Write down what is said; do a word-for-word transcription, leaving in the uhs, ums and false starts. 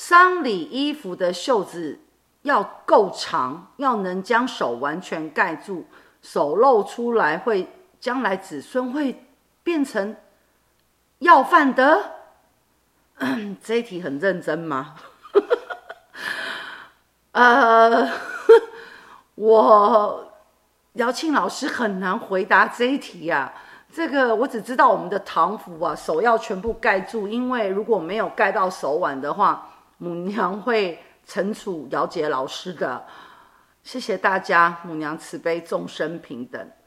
丧礼衣服的袖子要够长，要能将手完全盖住，手露出来会将来子孙会变成要饭的。这一题很认真吗？呃，我姚庆老师很难回答这一题啊。这个我只知道我们的唐服啊，手要全部盖住，因为如果没有盖到手腕的话，母娘会惩处姚杰老师的。谢谢大家，母娘慈悲，众生平等。